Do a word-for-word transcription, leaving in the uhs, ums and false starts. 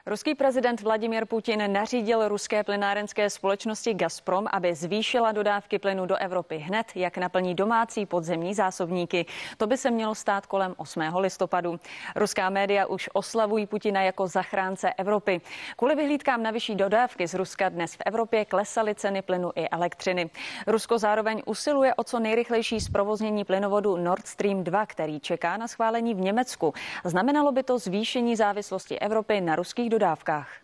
Ruský prezident Vladimír Putin nařídil ruské plynárenské společnosti Gazprom, aby zvýšila dodávky plynu do Evropy hned, jak naplní domácí podzemní zásobníky. To by se mělo stát kolem osmého listopadu. Ruská média už oslavují Putina jako zachránce Evropy. Kvůli vyhlídkám na vyšší dodávky z Ruska dnes v Evropě klesaly ceny plynu i elektřiny. Rusko zároveň usiluje o co nejrychlejší zprovoznění plynovodu Nord Stream dva, který čeká na schválení v Německu. Znamenalo by to zvýšení závislosti Evropy na ruských dodávkách.